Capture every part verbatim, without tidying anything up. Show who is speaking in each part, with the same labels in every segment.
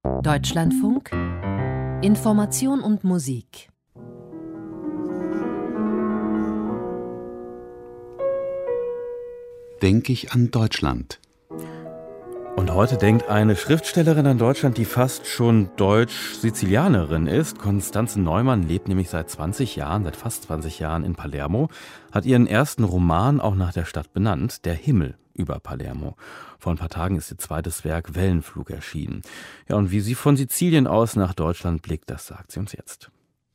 Speaker 1: Deutschlandfunk Information und Musik.
Speaker 2: Denke ich an Deutschland.
Speaker 3: Und heute denkt eine Schriftstellerin an Deutschland, die fast schon Deutsch-Sizilianerin ist. Constanze Neumann lebt nämlich seit zwanzig Jahren, seit fast zwanzig Jahren in Palermo, hat ihren ersten Roman auch nach der Stadt benannt, Der Himmel über Palermo. Vor ein paar Tagen ist ihr zweites Werk Wellenflug erschienen. Ja, und wie sie von Sizilien aus nach Deutschland blickt, das sagt sie uns jetzt.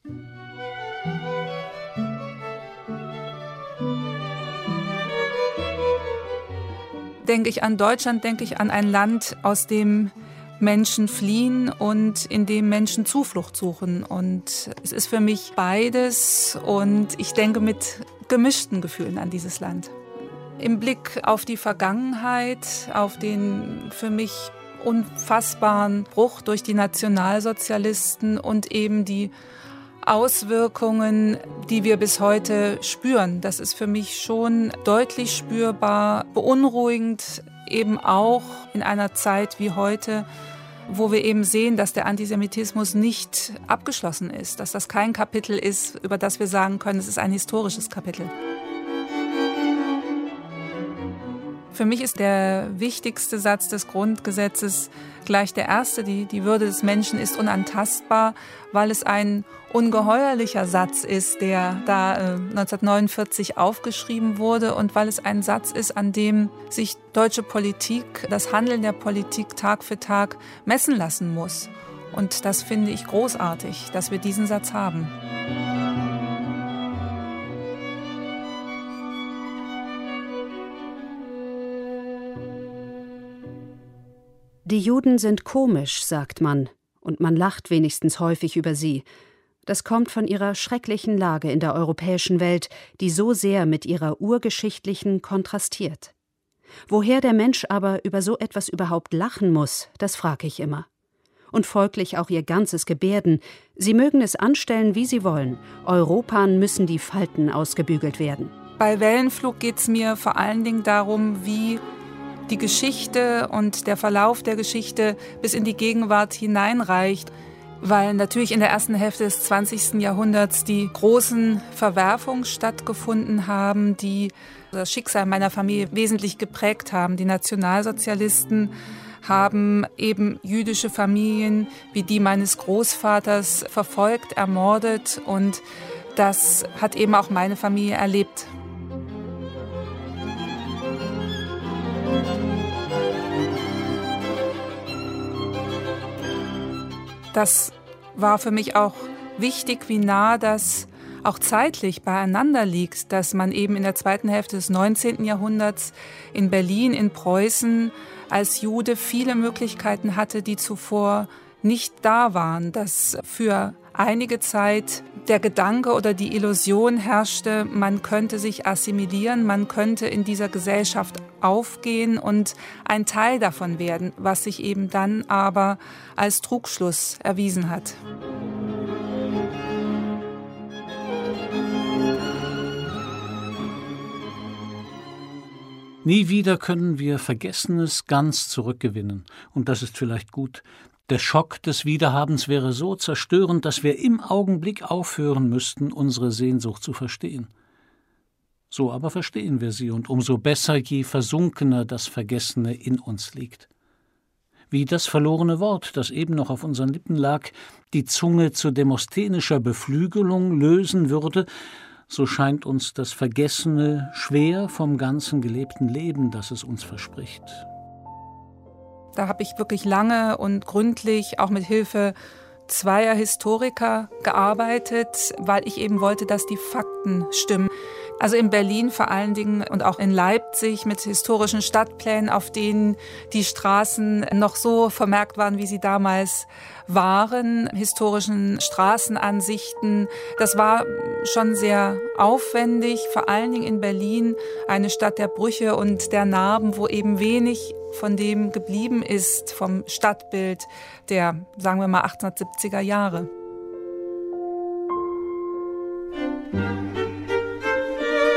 Speaker 4: Denke ich an Deutschland, denke ich an ein Land, aus dem Menschen fliehen und in dem Menschen Zuflucht suchen. Und es ist für mich beides und ich denke mit gemischten Gefühlen an dieses Land. Im Blick auf die Vergangenheit, auf den für mich unfassbaren Bruch durch die Nationalsozialisten und eben die Auswirkungen, die wir bis heute spüren. Das ist für mich schon deutlich spürbar, beunruhigend, eben auch in einer Zeit wie heute, wo wir eben sehen, dass der Antisemitismus nicht abgeschlossen ist, dass das kein Kapitel ist, über das wir sagen können, es ist ein historisches Kapitel. Für mich ist der wichtigste Satz des Grundgesetzes gleich der erste. Die, die Würde des Menschen ist unantastbar, weil es ein ungeheuerlicher Satz ist, der da äh, neunzehnhundertneunundvierzig aufgeschrieben wurde und weil es ein Satz ist, an dem sich deutsche Politik, das Handeln der Politik Tag für Tag messen lassen muss. Und das finde ich großartig, dass wir diesen Satz haben.
Speaker 5: Die Juden sind komisch, sagt man, und man lacht wenigstens häufig über sie. Das kommt von ihrer schrecklichen Lage in der europäischen Welt, die so sehr mit ihrer urgeschichtlichen kontrastiert. Woher der Mensch aber über so etwas überhaupt lachen muss, das frage ich immer. Und folglich auch ihr ganzes Gebärden. Sie mögen es anstellen, wie sie wollen. Europaan müssen die Falten ausgebügelt werden.
Speaker 4: Bei Wellenflug geht es mir vor allen Dingen darum, wie die Geschichte und der Verlauf der Geschichte bis in die Gegenwart hineinreicht, weil natürlich in der ersten Hälfte des zwanzigsten Jahrhunderts die großen Verwerfungen stattgefunden haben, die das Schicksal meiner Familie wesentlich geprägt haben. Die Nationalsozialisten haben eben jüdische Familien wie die meines Großvaters verfolgt, ermordet und das hat eben auch meine Familie erlebt. Das war für mich auch wichtig, wie nah das auch zeitlich beieinander liegt, dass man eben in der zweiten Hälfte des neunzehnten Jahrhunderts in Berlin, in Preußen als Jude viele Möglichkeiten hatte, die zuvor nicht da waren, dass für einige Zeit der Gedanke oder die Illusion herrschte, man könnte sich assimilieren, man könnte in dieser Gesellschaft aufgehen und ein Teil davon werden, was sich eben dann aber als Trugschluss erwiesen hat.
Speaker 6: Nie wieder können wir Vergessenes ganz zurückgewinnen. Und das ist vielleicht gut. Der Schock des Wiederhabens wäre so zerstörend, dass wir im Augenblick aufhören müssten, unsere Sehnsucht zu verstehen. So aber verstehen wir sie, und umso besser, je versunkener das Vergessene in uns liegt. Wie das verlorene Wort, das eben noch auf unseren Lippen lag, die Zunge zu demosthenischer Beflügelung lösen würde, so scheint uns das Vergessene schwer vom ganzen gelebten Leben, das es uns verspricht.
Speaker 4: Da habe ich wirklich lange und gründlich, auch mit Hilfe zweier Historiker gearbeitet, weil ich eben wollte, dass die Fakten stimmen. Also in Berlin vor allen Dingen und auch in Leipzig mit historischen Stadtplänen, auf denen die Straßen noch so vermerkt waren, wie sie damals waren, historischen Straßenansichten. Das war schon sehr aufwendig, vor allen Dingen in Berlin, eine Stadt der Brüche und der Narben, wo eben wenig von dem geblieben ist, vom Stadtbild der, sagen wir mal, achtzehnhundertsiebziger Jahre.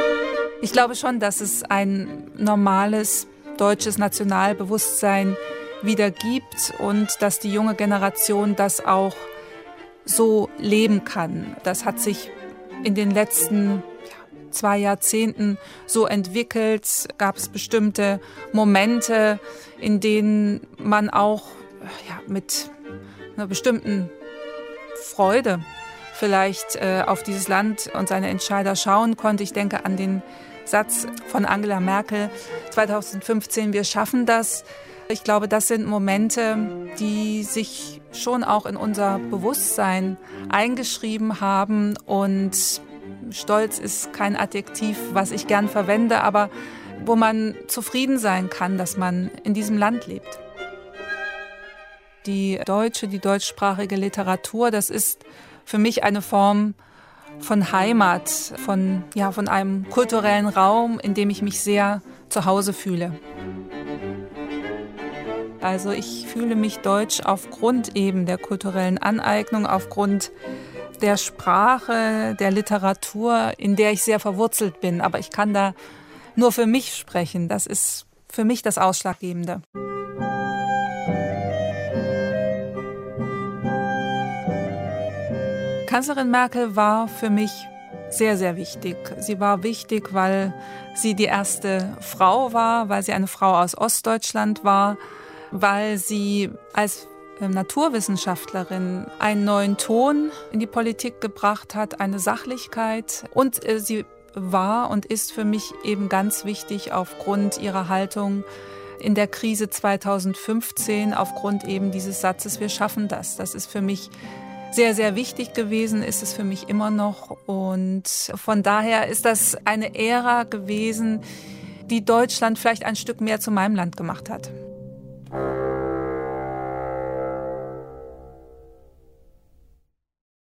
Speaker 4: Ich glaube schon, dass es ein normales deutsches Nationalbewusstsein wieder gibt und dass die junge Generation das auch so leben kann. Das hat sich in den letzten ja, zwei Jahrzehnten so entwickelt. Gab es bestimmte Momente, in denen man auch ja, mit einer bestimmten Freude vielleicht äh, auf dieses Land und seine Entscheider schauen konnte. Ich denke an den Satz von Angela Merkel zweitausendfünfzehn, wir schaffen das. Ich glaube, das sind Momente, die sich schon auch in unser Bewusstsein eingeschrieben haben. Und Stolz ist kein Adjektiv, was ich gern verwende, aber wo man zufrieden sein kann, dass man in diesem Land lebt. Die deutsche, die deutschsprachige Literatur, das ist für mich eine Form von Heimat, von, ja, von einem kulturellen Raum, in dem ich mich sehr zu Hause fühle. Also ich fühle mich deutsch aufgrund eben der kulturellen Aneignung, aufgrund der Sprache, der Literatur, in der ich sehr verwurzelt bin. Aber ich kann da nur für mich sprechen. Das ist für mich das Ausschlaggebende. Kanzlerin Merkel war für mich sehr, sehr wichtig. Sie war wichtig, weil sie die erste Frau war, weil sie eine Frau aus Ostdeutschland war, weil sie als Naturwissenschaftlerin einen neuen Ton in die Politik gebracht hat, eine Sachlichkeit. Und sie war und ist für mich eben ganz wichtig aufgrund ihrer Haltung in der Krise zweitausendfünfzehn, aufgrund eben dieses Satzes, wir schaffen das. Das ist für mich sehr, sehr wichtig gewesen, ist es für mich immer noch. Und von daher ist das eine Ära gewesen, die Deutschland vielleicht ein Stück mehr zu meinem Land gemacht hat.